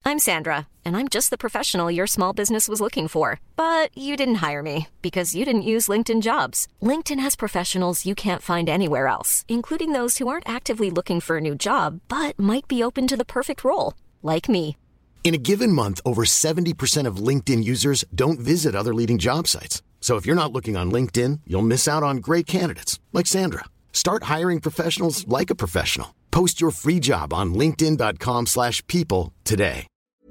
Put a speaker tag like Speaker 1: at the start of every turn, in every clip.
Speaker 1: I'm Sandra, and I'm just the professional your small business was looking for. But you didn't hire me because you didn't use LinkedIn Jobs. LinkedIn has professionals you can't find anywhere else, including those who aren't actively looking for a new job, but might be open to the perfect role, like me.
Speaker 2: In a given month, over 70% of LinkedIn users don't visit other leading job sites. So if you're not looking on LinkedIn, you'll miss out on great candidates like Sandra. Start hiring professionals like a professional. Post your free job on linkedin.com/people today.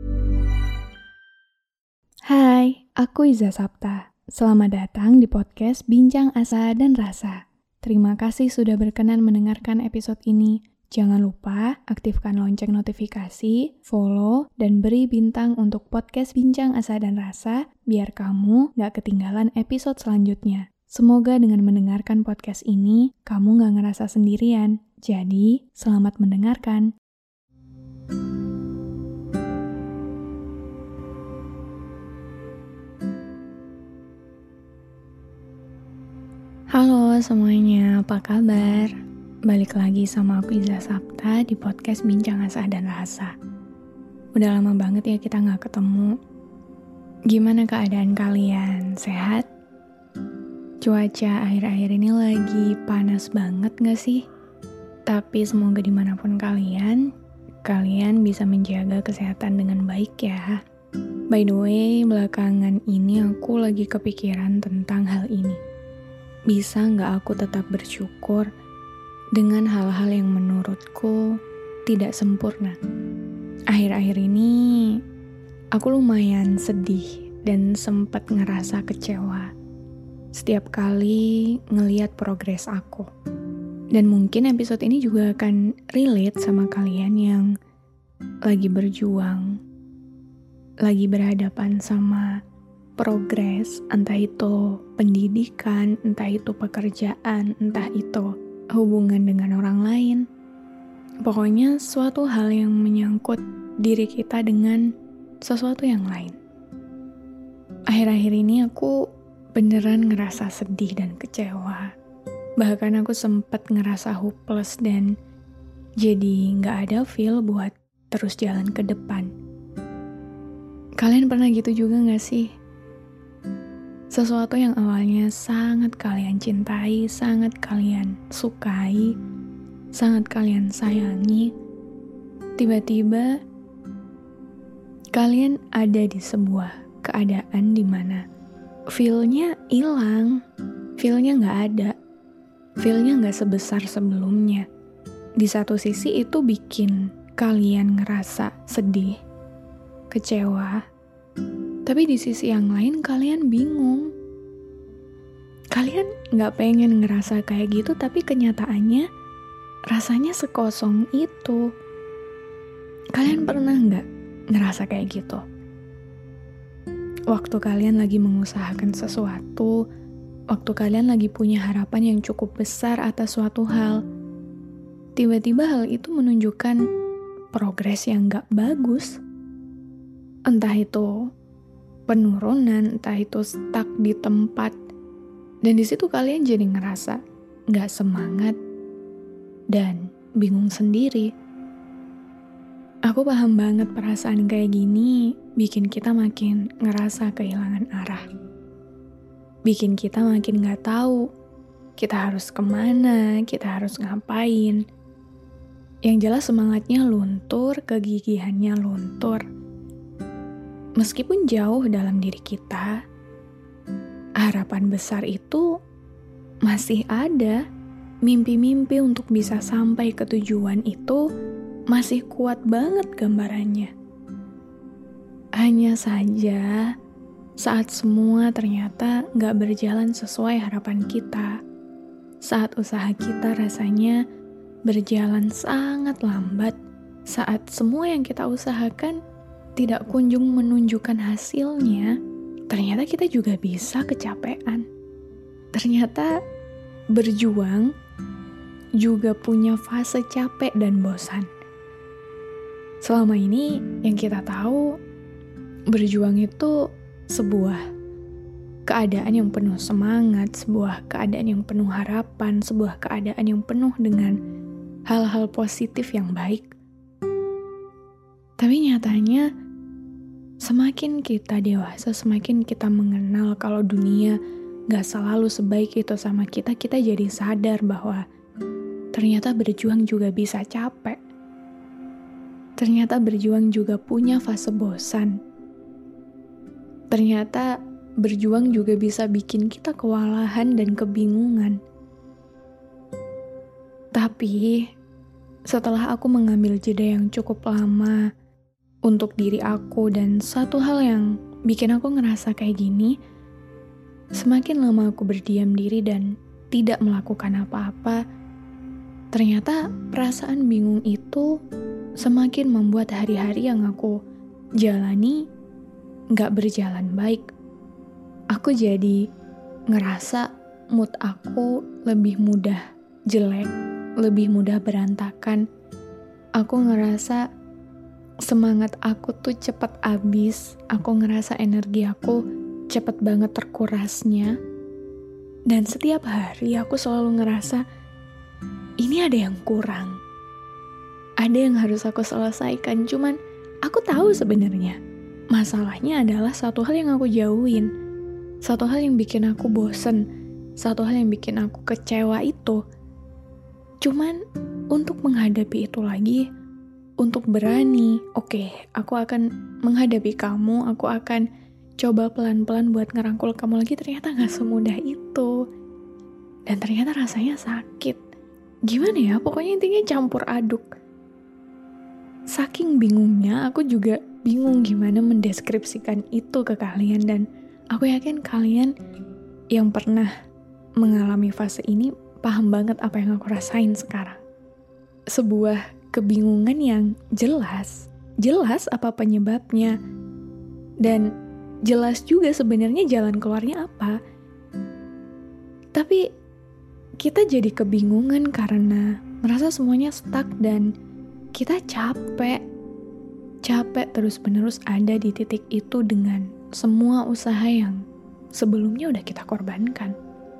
Speaker 3: Hai, aku Iza Sapta. Selamat datang di podcast Bincang Asa dan Rasa. Terima kasih sudah berkenan mendengarkan episode ini. Jangan lupa aktifkan lonceng notifikasi, follow, dan beri bintang untuk podcast Bincang Asa dan Rasa biar kamu gak ketinggalan episode selanjutnya. Semoga dengan mendengarkan podcast ini, kamu gak ngerasa sendirian. Jadi, selamat mendengarkan. Halo semuanya, apa kabar? Balik lagi sama aku Iza Sapta di podcast Bincang Asa dan Rasa. Udah lama banget ya kita gak ketemu. Gimana keadaan kalian? Sehat? Cuaca akhir-akhir ini lagi panas banget gak sih? Tapi semoga dimanapun kalian bisa menjaga kesehatan dengan baik ya. By the way, belakangan ini aku lagi kepikiran tentang hal ini. Bisa nggak aku tetap bersyukur dengan hal-hal yang menurutku tidak sempurna? Akhir-akhir ini, aku lumayan sedih dan sempat ngerasa kecewa setiap kali ngeliat progres aku. Dan mungkin episode ini juga akan relate sama kalian yang lagi berjuang, lagi berhadapan sama progres, entah itu pendidikan, entah itu pekerjaan, entah itu hubungan dengan orang lain. Pokoknya suatu hal yang menyangkut diri kita dengan sesuatu yang lain. Akhir-akhir ini aku beneran ngerasa sedih dan kecewa. Bahkan aku sempat ngerasa hopeless dan jadi gak ada feel buat terus jalan ke depan. Kalian pernah gitu juga gak sih? Sesuatu yang awalnya sangat kalian cintai, sangat kalian sukai, sangat kalian sayangi, tiba-tiba kalian ada di sebuah keadaan di mana feel-nya hilang, feel-nya gak ada, feel-nya gak sebesar sebelumnya. Di satu sisi itu bikin kalian ngerasa sedih, kecewa, tapi di sisi yang lain kalian bingung. Kalian gak pengen ngerasa kayak gitu, tapi kenyataannya rasanya sekosong itu. Kalian pernah gak ngerasa kayak gitu? Waktu kalian lagi mengusahakan sesuatu, waktu kalian lagi punya harapan yang cukup besar atas suatu hal, tiba-tiba hal itu menunjukkan progres yang gak bagus. Entah itu penurunan, entah itu stuck di tempat, dan di situ kalian jadi ngerasa gak semangat dan bingung sendiri. Aku paham banget perasaan kayak gini bikin kita makin ngerasa kehilangan arah, bikin kita makin gak tahu kita harus kemana, kita harus ngapain. Yang jelas semangatnya luntur, kegigihannya luntur. Meskipun jauh dalam diri kita, harapan besar itu masih ada. Mimpi-mimpi untuk bisa sampai ke tujuan itu masih kuat banget gambarannya. Hanya saja, saat semua ternyata gak berjalan sesuai harapan kita, saat usaha kita rasanya berjalan sangat lambat, saat semua yang kita usahakan tidak kunjung menunjukkan hasilnya, ternyata kita juga bisa kecapean. Ternyata berjuang juga punya fase capek dan bosan. Selama ini yang kita tahu, berjuang itu sebuah keadaan yang penuh semangat, sebuah keadaan yang penuh harapan, sebuah keadaan yang penuh dengan hal-hal positif yang baik. Tapi nyatanya semakin kita dewasa, semakin kita mengenal kalau dunia gak selalu sebaik itu sama kita, kita jadi sadar bahwa ternyata berjuang juga bisa capek. Ternyata berjuang juga punya fase bosan. Ternyata berjuang juga bisa bikin kita kewalahan dan kebingungan. Tapi setelah aku mengambil jeda yang cukup lama untuk diri aku, dan satu hal yang bikin aku ngerasa kayak gini, semakin lama aku berdiam diri dan tidak melakukan apa-apa, ternyata perasaan bingung itu semakin membuat hari-hari yang aku jalani gak berjalan baik. Aku jadi ngerasa mood aku lebih mudah jelek, lebih mudah berantakan. Aku ngerasa semangat aku tuh cepet habis. Aku ngerasa energi aku cepet banget terkurasnya. Dan setiap hari aku selalu ngerasa ini ada yang kurang. Ada yang harus aku selesaikan. Cuman aku tahu sebenarnya masalahnya adalah satu hal yang aku jauhin. Satu hal yang bikin aku bosen. Satu hal yang bikin aku kecewa itu. Cuman untuk menghadapi itu lagi, untuk berani, oke, aku akan menghadapi kamu, aku akan coba pelan-pelan buat ngerangkul kamu lagi, ternyata gak semudah itu. Dan ternyata rasanya sakit. Gimana ya, pokoknya intinya campur aduk. Saking bingungnya, aku juga bingung gimana mendeskripsikan itu ke kalian. Dan aku yakin kalian yang pernah mengalami fase ini paham banget apa yang aku rasain sekarang. Sebuah kebingungan yang jelas apa penyebabnya, dan jelas juga sebenarnya jalan keluarnya apa. Tapi kita jadi kebingungan karena merasa semuanya stuck dan kita capek terus-menerus ada di titik itu dengan semua usaha yang sebelumnya udah kita korbankan.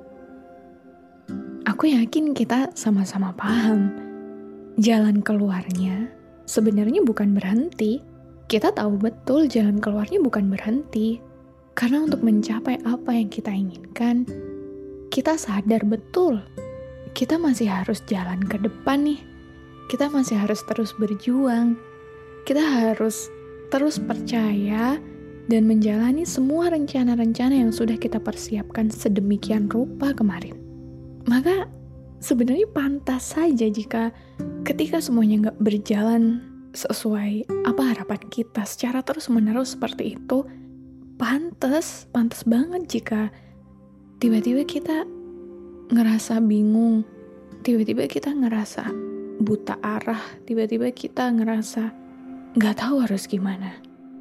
Speaker 3: Aku yakin kita sama-sama paham jalan keluarnya sebenarnya bukan berhenti. Kita tahu betul jalan keluarnya bukan berhenti. Karena untuk mencapai apa yang kita inginkan, kita sadar betul kita masih harus jalan ke depan nih. Kita masih harus terus berjuang. Kita harus terus percaya dan menjalani semua rencana-rencana yang sudah kita persiapkan sedemikian rupa kemarin. Maka sebenarnya pantas saja jika ketika semuanya gak berjalan sesuai apa harapan kita secara terus-menerus seperti itu, pantas banget jika tiba-tiba kita ngerasa bingung, tiba-tiba kita ngerasa buta arah, tiba-tiba kita ngerasa gak tahu harus gimana.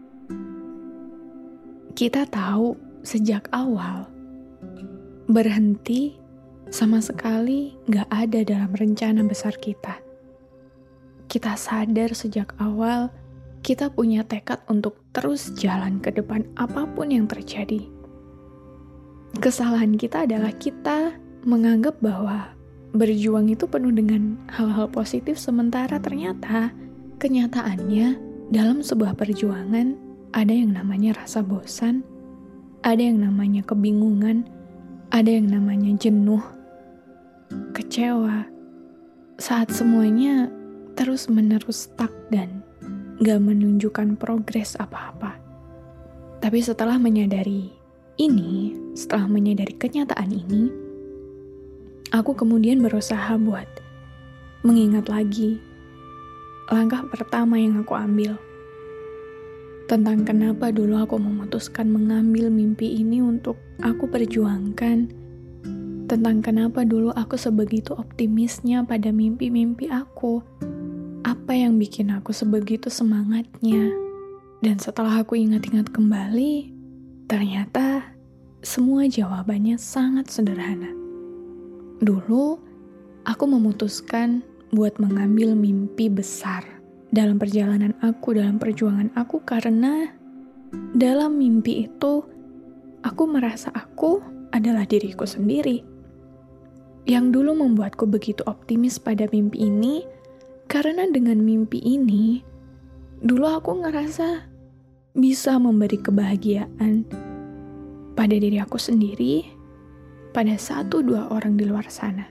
Speaker 3: Kita tahu sejak awal berhenti sama sekali gak ada dalam rencana besar kita. Kita sadar sejak awal kita punya tekad untuk terus jalan ke depan apapun yang terjadi. Kesalahan kita adalah kita menganggap bahwa berjuang itu penuh dengan hal-hal positif, sementara ternyata kenyataannya dalam sebuah perjuangan ada yang namanya rasa bosan, ada yang namanya kebingungan, ada yang namanya jenuh, kecewa, saat semuanya terus-menerus stuck dan gak menunjukkan progres apa-apa. Tapi setelah menyadari ini, setelah menyadari kenyataan ini, aku kemudian berusaha buat mengingat lagi langkah pertama yang aku ambil. Tentang kenapa dulu aku memutuskan mengambil mimpi ini untuk aku perjuangkan. Tentang kenapa dulu aku sebegitu optimisnya pada mimpi-mimpi aku. Apa yang bikin aku sebegitu semangatnya. Dan setelah aku ingat-ingat kembali, ternyata semua jawabannya sangat sederhana. Dulu, aku memutuskan buat mengambil mimpi besar dalam perjalanan aku, dalam perjuangan aku, karena dalam mimpi itu, aku merasa aku adalah diriku sendiri. Yang dulu membuatku begitu optimis pada mimpi ini, karena dengan mimpi ini, dulu aku ngerasa bisa memberi kebahagiaan pada diri aku sendiri, pada 1-2 orang di luar sana.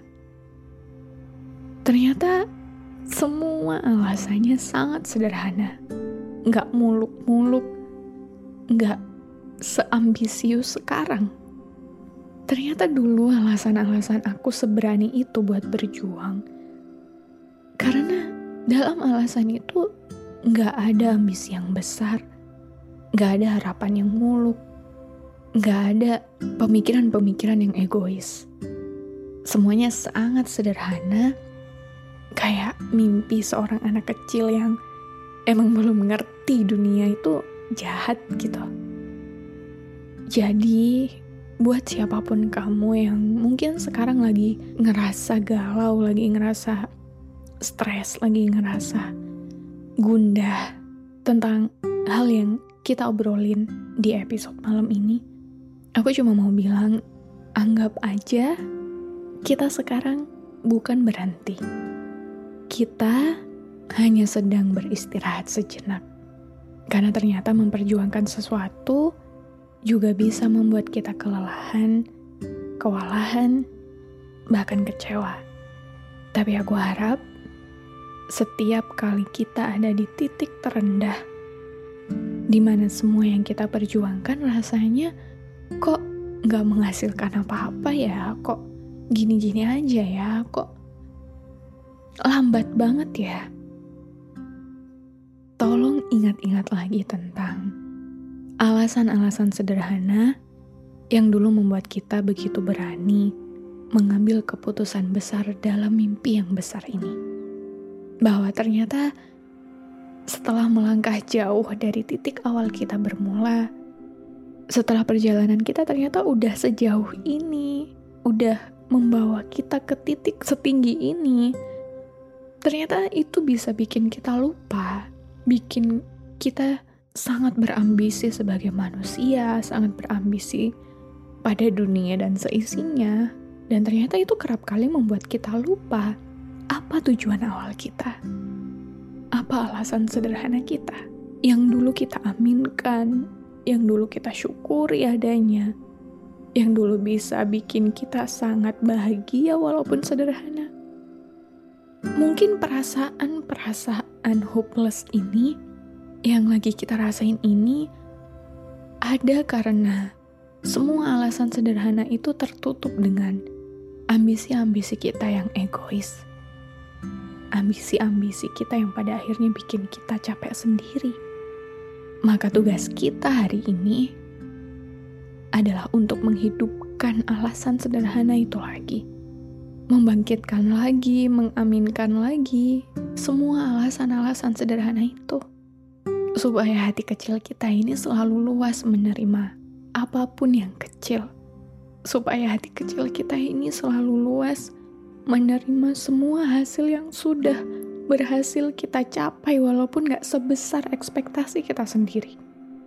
Speaker 3: Ternyata semua alasannya sangat sederhana. Nggak muluk-muluk, nggak seambisius sekarang. Ternyata dulu alasan-alasan aku seberani itu buat berjuang. Karena dalam alasan itu nggak ada ambisi yang besar, nggak ada harapan yang muluk, nggak ada pemikiran-pemikiran yang egois. Semuanya sangat sederhana, kayak mimpi seorang anak kecil yang emang belum ngerti dunia itu jahat gitu. Jadi, buat siapapun kamu yang mungkin sekarang lagi ngerasa galau, lagi ngerasa stres, lagi ngerasa gundah tentang hal yang kita obrolin di episode malam ini, aku cuma mau bilang, anggap aja kita sekarang bukan berhenti. Kita hanya sedang beristirahat sejenak. Karena ternyata memperjuangkan sesuatu juga bisa membuat kita kelelahan, kewalahan, bahkan kecewa. Tapi aku harap setiap kali kita ada di titik terendah, di mana semua yang kita perjuangkan rasanya kok gak menghasilkan apa-apa ya, kok gini-gini aja ya, kok lambat banget ya. Tolong ingat-ingat lagi tentang alasan-alasan sederhana yang dulu membuat kita begitu berani mengambil keputusan besar dalam mimpi yang besar ini. Bahwa ternyata setelah melangkah jauh dari titik awal kita bermula, setelah perjalanan kita ternyata udah sejauh ini, udah membawa kita ke titik setinggi ini, ternyata itu bisa bikin kita lupa, bikin kita sangat berambisi sebagai manusia, sangat berambisi pada dunia dan seisinya. Dan ternyata itu kerap kali membuat kita lupa apa tujuan awal kita. Apa alasan sederhana kita yang dulu kita aminkan, yang dulu kita syukuri adanya, yang dulu bisa bikin kita sangat bahagia walaupun sederhana. Mungkin perasaan hopeless ini yang lagi kita rasain ini ada karena semua alasan sederhana itu tertutup dengan ambisi-ambisi kita yang egois. Ambisi-ambisi kita yang pada akhirnya bikin kita capek sendiri. Maka tugas kita hari ini adalah untuk menghidupkan alasan sederhana itu lagi. Membangkitkan lagi, mengaminkan lagi semua alasan-alasan sederhana itu. Supaya hati kecil kita ini selalu luas menerima apapun yang kecil. Supaya hati kecil kita ini selalu luas menerima semua hasil yang sudah berhasil kita capai walaupun gak sebesar ekspektasi kita sendiri.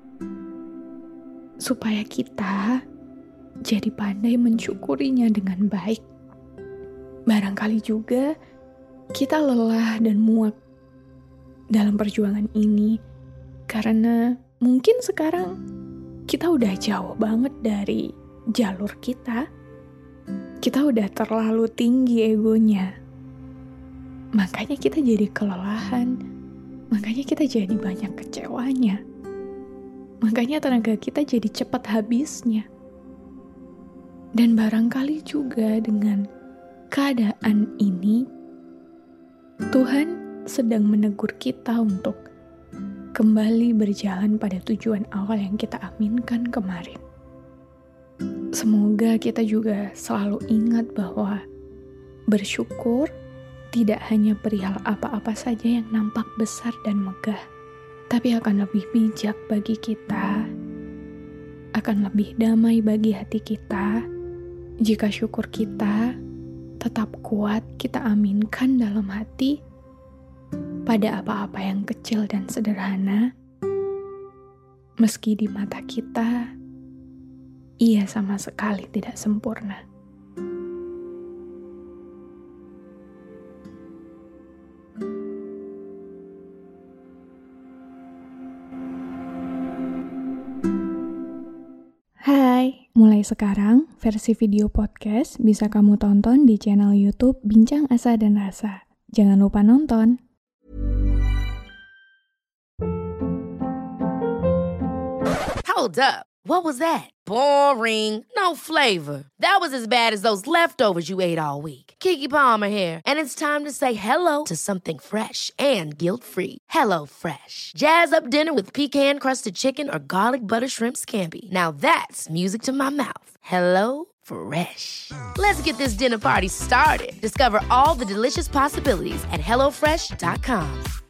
Speaker 3: Supaya kita jadi pandai mensyukurinya dengan baik. Barangkali juga kita lelah dan muak dalam perjuangan ini karena mungkin sekarang kita udah jauh banget dari jalur kita. Kita udah terlalu tinggi egonya. Makanya kita jadi kelelahan. Makanya kita jadi banyak kecewanya. Makanya tenaga kita jadi cepat habisnya. Dan barangkali juga dengan keadaan ini, Tuhan sedang menegur kita untuk kembali berjalan pada tujuan awal yang kita aminkan kemarin. Semoga kita juga selalu ingat bahwa bersyukur tidak hanya perihal apa-apa saja yang nampak besar dan megah, tapi akan lebih bijak bagi kita, akan lebih damai bagi hati kita, jika syukur kita tetap kuat kita aminkan dalam hati pada apa-apa yang kecil dan sederhana, meski di mata kita, ia sama sekali tidak sempurna. Hai, mulai sekarang versi video podcast bisa kamu tonton di channel YouTube Bincang Asa dan Rasa. Jangan lupa nonton.
Speaker 4: Hold up. What was that? Boring. No flavor. That was as bad as those leftovers you ate all week. Keke Palmer here, and it's time to say hello to something fresh and guilt-free. Hello Fresh. Jazz up dinner with pecan-crusted chicken or garlic butter shrimp scampi. Now that's music to my mouth. Hello Fresh. Let's get this dinner party started. Discover all the delicious possibilities at HelloFresh.com.